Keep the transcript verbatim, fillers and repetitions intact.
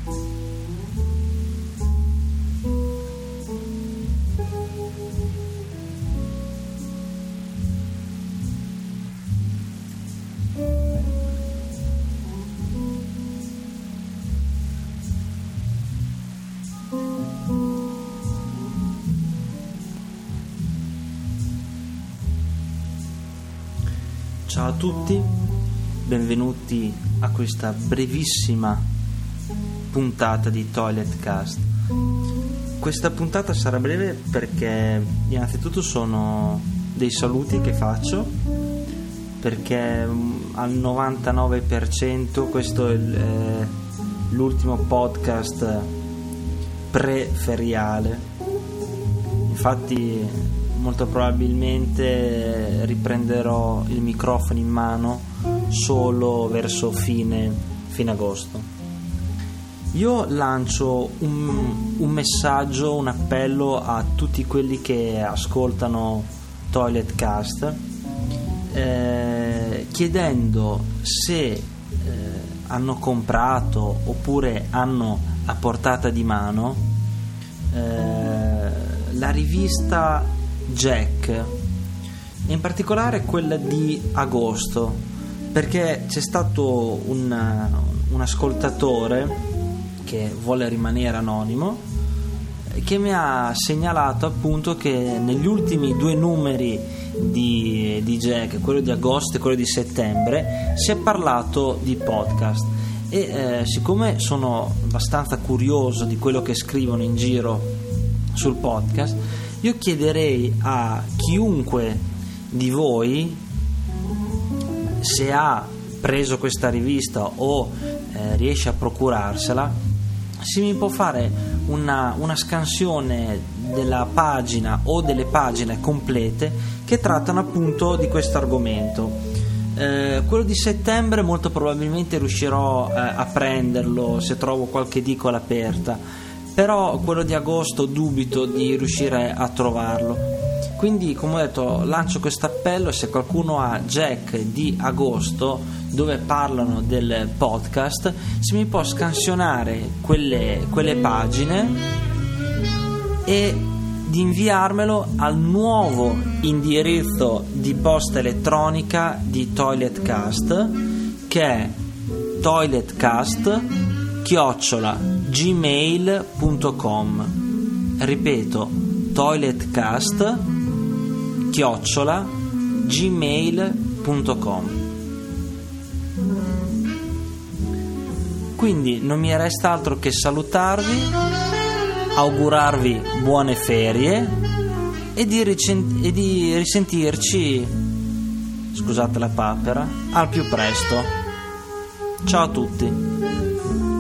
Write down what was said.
Ciao a tutti, benvenuti a questa brevissima puntata di Toilet Cast. Questa puntata sarà breve perché innanzitutto sono dei saluti che faccio, perché al novantanove per cento questo è il, eh, l'ultimo podcast pre-feriale. Infatti molto probabilmente riprenderò il microfono in mano solo verso fine, fine agosto. Io lancio un, un messaggio, un appello a tutti quelli che ascoltano Toilet Cast, eh, chiedendo se eh, hanno comprato oppure hanno a portata di mano eh, la rivista Jack, in particolare quella di agosto, perché c'è stato un, un ascoltatore che vuole rimanere anonimo che mi ha segnalato appunto che negli ultimi due numeri di, di Jack, quello di agosto e quello di settembre, si è parlato di podcast e eh, siccome sono abbastanza curioso di quello che scrivono in giro sul podcast, io chiederei a chiunque di voi, se ha preso questa rivista o eh, riesce a procurarsela, se mi può fare una, una scansione della pagina o delle pagine complete che trattano appunto di questo argomento. Eh, quello di settembre molto probabilmente riuscirò eh, a prenderlo se trovo qualche edicola aperta, però quello di agosto dubito di riuscire a trovarlo. Quindi, come ho detto, lancio questo appello: se qualcuno ha Jack di agosto dove parlano del podcast, se mi può scansionare quelle, quelle pagine e di inviarmelo al nuovo indirizzo di posta elettronica di Toilet Cast, che è toiletcast chiocciola gmail punto com. Ripeto, toiletcast chiocciola gmail punto com. Quindi non mi resta altro che salutarvi, augurarvi buone ferie e di, ricent- e di risentirci, scusate la papera, al più presto. Ciao a tutti.